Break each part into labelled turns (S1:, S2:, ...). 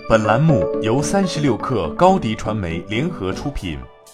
S1: 本栏目由36氪高迪传媒联合出品。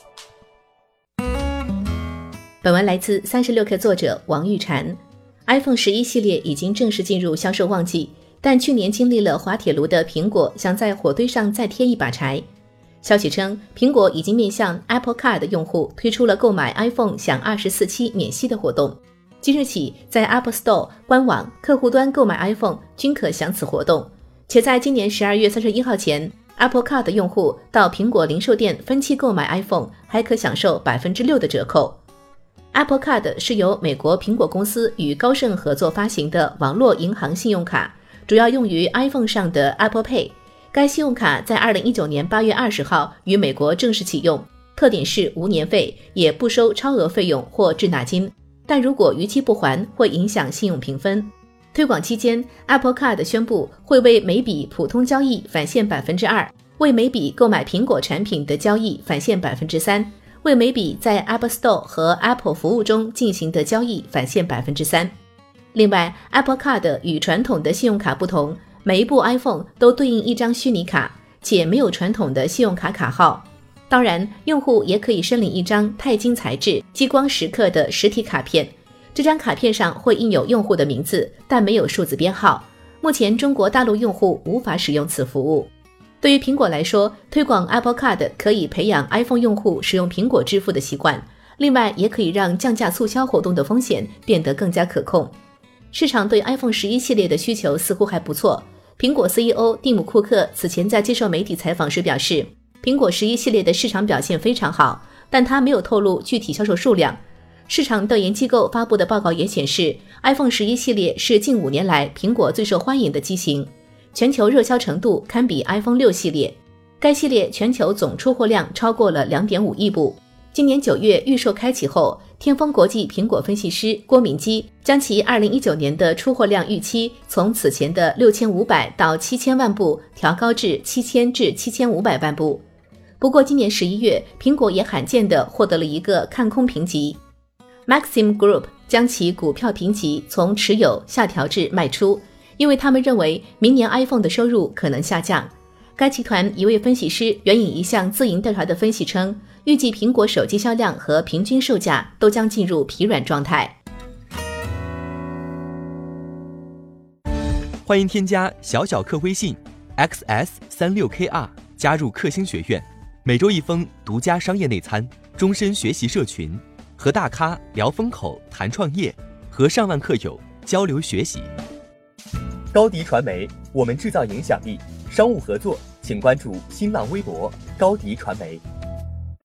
S2: 本文来自36氪作者王玉婵。iPhone 11系列已经正式进入销售旺季，但去年经历了滑铁卢的苹果想在火堆上再添一把柴。消息称，苹果已经面向 Apple Card 用户推出了购买 iPhone 享24期免息的活动。即日起，在 Apple Store 官网、客户端购买 iPhone 均可享此活动，且在今年12月31号前 Apple Card 用户到苹果零售店分期购买 iPhone 还可享受 6% 的折扣。Apple Card 是由美国苹果公司与高盛合作发行的网络银行信用卡，主要用于 iPhone 上的 Apple Pay。该信用卡在2019年8月20号于美国正式启用，特点是无年费，也不收超额费用或滞纳金，但如果逾期不还，会影响信用评分。推广期间 Apple Card 宣布会为每笔普通交易返现 2%， 为每笔购买苹果产品的交易返现 3%，为每笔在 Apple Store 和 Apple 服务中进行的交易返现 3%。 另外 Apple Card 与传统的信用卡不同，每一部 iPhone 都对应一张虚拟卡，且没有传统的信用卡卡号。当然，用户也可以申领一张钛金材质激光时刻的实体卡片，这张卡片上会印有用户的名字，但没有数字编号。目前中国大陆用户无法使用此服务。对于苹果来说，推广 Apple Card 可以培养 iPhone 用户使用苹果支付的习惯，另外也可以让降价促销活动的风险变得更加可控。市场对 iPhone 11系列的需求似乎还不错。苹果 CEO 蒂姆·库克此前在接受媒体采访时表示，苹果11系列的市场表现非常好，但他没有透露具体销售数量。市场调研机构发布的报告也显示， iPhone 11系列是近5年来苹果最受欢迎的机型，全球热销程度堪比 iPhone 6系列。该系列全球总出货量超过了 2.5 亿部。今年9月预售开启后，天风国际苹果分析师郭敏基将其2019年的出货量预期从此前的6500到7000万部调高至7000至7500万部。不过今年11月，苹果也罕见地获得了一个看空评级， Maxim Group 将其股票评级从持有下调至卖出，因为他们认为明年 iPhone 的收入可能下降。该集团一位分析师援引一项自营调查的分析称，预计苹果手机销量和平均售价都将进入疲软状态。
S3: 欢迎添加小小客微信 XS36KR 加入克星学院，每周一封独家商业内参，终身学习社群，和大咖聊风口谈创业，和上万客友交流学习。高迪传媒，我们制造影响力。商务合作请关注新浪微博高迪传媒。